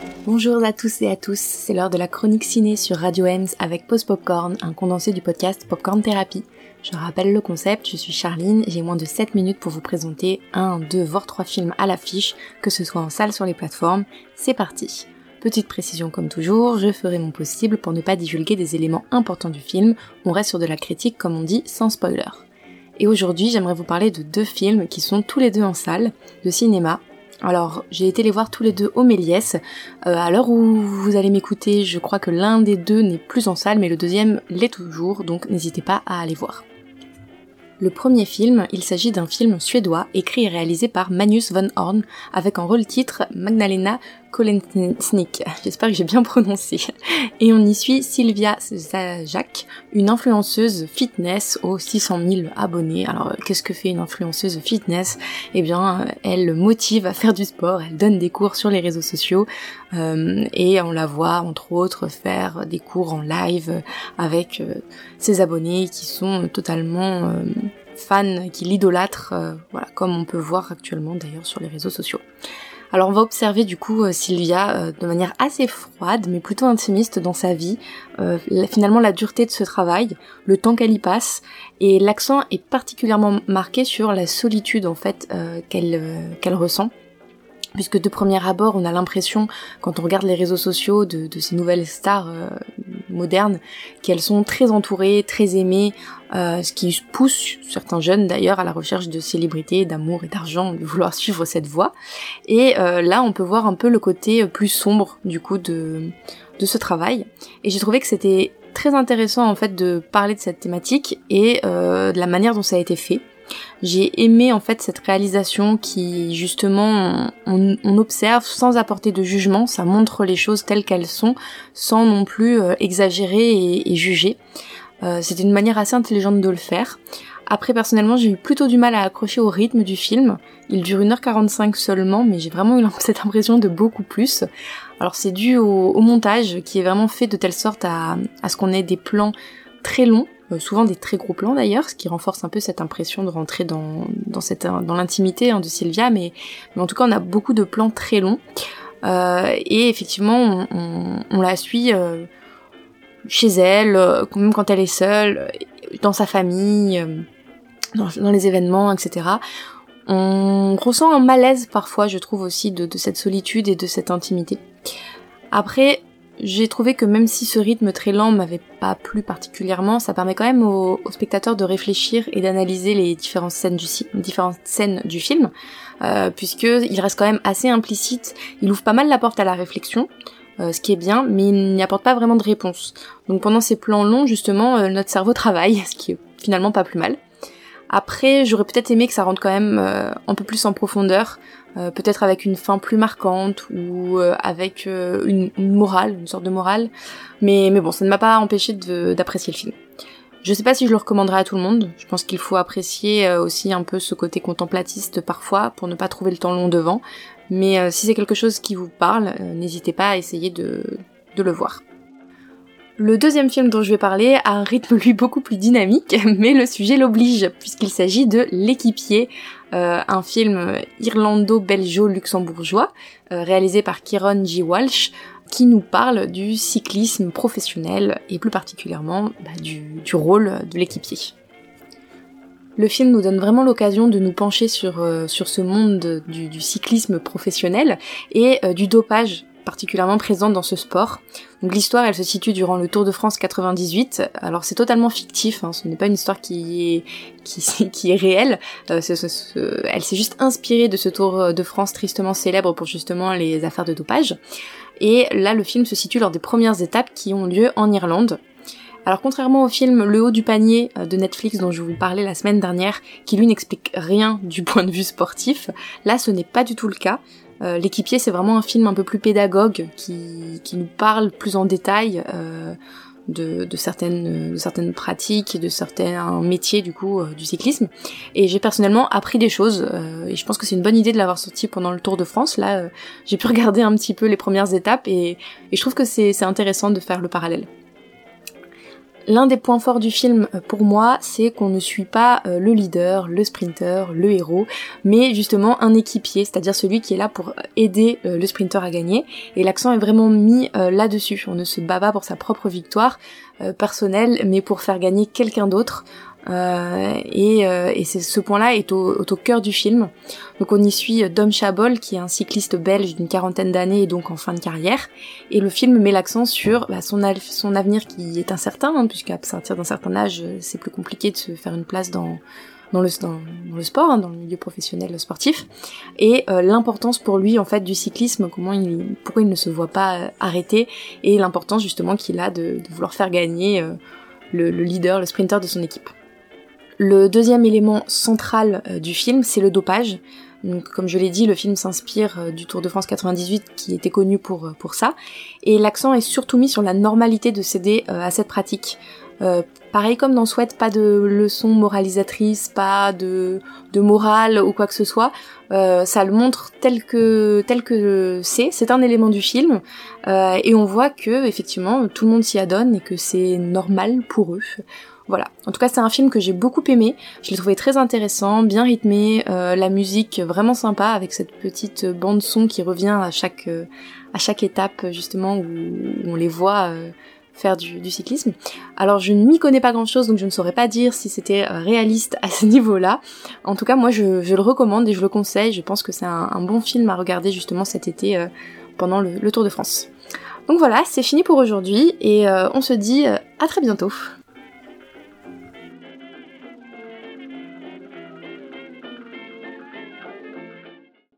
Bonjour à tous et à tous, c'est l'heure de la chronique ciné sur Radio Ems avec Pause Popcorn, un condensé du podcast Popcorn Thérapie. Je rappelle le concept, je suis Charline et j'ai moins de 7 minutes pour vous présenter 1, 2 voire 3 films à l'affiche, que ce soit en salle sur les plateformes. C'est parti. Petite précision comme toujours, je ferai mon possible pour ne pas divulguer des éléments importants du film, on reste sur de la critique comme on dit, sans spoiler. Et aujourd'hui j'aimerais vous parler de 2 films qui sont tous les 2 en salle, de cinéma. Alors, j'ai été les voir tous les 2 au Méliès. À l'heure où vous allez m'écouter, je crois que l'un des 2 n'est plus en salle, mais le deuxième l'est toujours, donc n'hésitez pas à aller voir. Le premier film, il s'agit d'un film suédois, écrit et réalisé par Magnus von Horn, avec en rôle titre Magdalena Kolesnik, j'espère que j'ai bien prononcé. Et on y suit Sylvia Zajak, une influenceuse fitness aux 600 000 abonnés. Alors, qu'est-ce que fait une influenceuse fitness ? Eh bien, elle motive à faire du sport, elle donne des cours sur les réseaux sociaux, et on la voit, entre autres, faire des cours en live avec ses abonnés qui sont totalement fans, qui l'idolâtrent, voilà, comme on peut voir actuellement d'ailleurs sur les réseaux sociaux. Alors on va observer du coup Sylvia de manière assez froide mais plutôt intimiste dans sa vie, finalement la dureté de ce travail, le temps qu'elle y passe, et l'accent est particulièrement marqué sur la solitude en fait qu'elle ressent. Puisque de premier abord, on a l'impression, quand on regarde les réseaux sociaux de ces nouvelles stars modernes, qu'elles sont très entourées, très aimées, ce qui pousse certains jeunes d'ailleurs à la recherche de célébrité, d'amour et d'argent, de vouloir suivre cette voie. Et là, on peut voir un peu le côté plus sombre du coup de ce travail. Et j'ai trouvé que c'était très intéressant en fait de parler de cette thématique et de la manière dont ça a été fait. J'ai aimé en fait cette réalisation qui justement on observe sans apporter de jugement, ça montre les choses telles qu'elles sont sans non plus exagérer et juger. C'était une manière assez intelligente de le faire. Après personnellement j'ai eu plutôt du mal à accrocher au rythme du film, il dure 1h45 seulement mais j'ai vraiment eu cette impression de beaucoup plus. Alors c'est dû au montage qui est vraiment fait de telle sorte à ce qu'on ait des plans très longs, souvent des très gros plans d'ailleurs, ce qui renforce un peu cette impression de rentrer dans l'intimité de Sylvia, mais en tout cas on a beaucoup de plans très longs, et effectivement on la suit chez elle, même quand elle est seule, dans sa famille, dans les événements, etc. On ressent un malaise parfois, je trouve aussi, de cette solitude et de cette intimité. Après, j'ai trouvé que même si ce rythme très lent m'avait pas plu particulièrement, ça permet quand même aux spectateurs de réfléchir et d'analyser les différentes scènes du film, puisque il reste quand même assez implicite, il ouvre pas mal la porte à la réflexion, ce qui est bien, mais il n'y apporte pas vraiment de réponse. Donc pendant ces plans longs, justement, notre cerveau travaille, ce qui est finalement pas plus mal. Après, j'aurais peut-être aimé que ça rentre quand même un peu plus en profondeur, peut-être avec une fin plus marquante ou avec une morale, une sorte de morale, mais bon, ça ne m'a pas empêché d'apprécier le film. Je sais pas si je le recommanderais à tout le monde, je pense qu'il faut apprécier aussi un peu ce côté contemplatiste parfois pour ne pas trouver le temps long devant, mais si c'est quelque chose qui vous parle, n'hésitez pas à essayer de le voir. Le deuxième film dont je vais parler a un rythme lui beaucoup plus dynamique, mais le sujet l'oblige, puisqu'il s'agit de L'équipier, un film irlando-belgeo-luxembourgeois, réalisé par Kieron J. Walsh, qui nous parle du cyclisme professionnel, et plus particulièrement du rôle de l'équipier. Le film nous donne vraiment l'occasion de nous pencher sur ce monde du cyclisme professionnel et du dopage, particulièrement présente dans ce sport. Donc l'histoire, elle se situe durant le Tour de France 98. Alors c'est totalement fictif, ce n'est pas une histoire qui est réelle. Elle s'est juste inspirée de ce Tour de France tristement célèbre pour justement les affaires de dopage. Et là, le film se situe lors des premières étapes qui ont lieu en Irlande. Alors contrairement au film Le Haut du Panier de Netflix dont je vous parlais la semaine dernière, qui lui n'explique rien du point de vue sportif, là ce n'est pas du tout le cas. L'équipier, c'est vraiment un film un peu plus pédagogue qui nous parle plus en détail de certaines pratiques et de certains métiers du coup du cyclisme. Et j'ai personnellement appris des choses et je pense que c'est une bonne idée de l'avoir sorti pendant le Tour de France. Là, j'ai pu regarder un petit peu les premières étapes et je trouve que c'est intéressant de faire le parallèle. L'un des points forts du film pour moi, c'est qu'on ne suit pas le leader, le sprinter, le héros, mais justement un équipier, c'est-à-dire celui qui est là pour aider le sprinter à gagner. Et l'accent est vraiment mis là-dessus. On ne se bat pas pour sa propre victoire personnelle, mais pour faire gagner quelqu'un d'autre. Et ce point-là est au cœur du film. Donc on y suit Dom Chabol, qui est un cycliste belge d'une 40aine d'années et donc en fin de carrière. Et le film met l'accent sur son avenir qui est incertain, puisqu'à partir d'un certain âge, c'est plus compliqué de se faire une place dans le sport, dans le milieu professionnel sportif, et l'importance pour lui en fait du cyclisme, pourquoi il ne se voit pas arrêter, et l'importance justement qu'il a de vouloir faire gagner le leader, le sprinter de son équipe. Le deuxième élément central du film, c'est le dopage. Donc, comme je l'ai dit, le film s'inspire du Tour de France 98 qui était connu pour ça. Et l'accent est surtout mis sur la normalité de céder à cette pratique. Pareil comme dans Sweat, pas de leçons moralisatrices, pas de morale ou quoi que ce soit. Ça le montre tel que c'est un élément du film. Et on voit que, effectivement, tout le monde s'y adonne et que c'est normal pour eux. Voilà. En tout cas, c'est un film que j'ai beaucoup aimé. Je l'ai trouvé très intéressant, bien rythmé, la musique vraiment sympa avec cette petite bande son qui revient à chaque étape justement où on les voit faire du cyclisme. Alors je ne m'y connais pas grand chose, donc je ne saurais pas dire si c'était réaliste à ce niveau-là. En tout cas, moi je le recommande et je le conseille. Je pense que c'est un bon film à regarder justement cet été pendant le Tour de France. Donc voilà, c'est fini pour aujourd'hui et on se dit à très bientôt.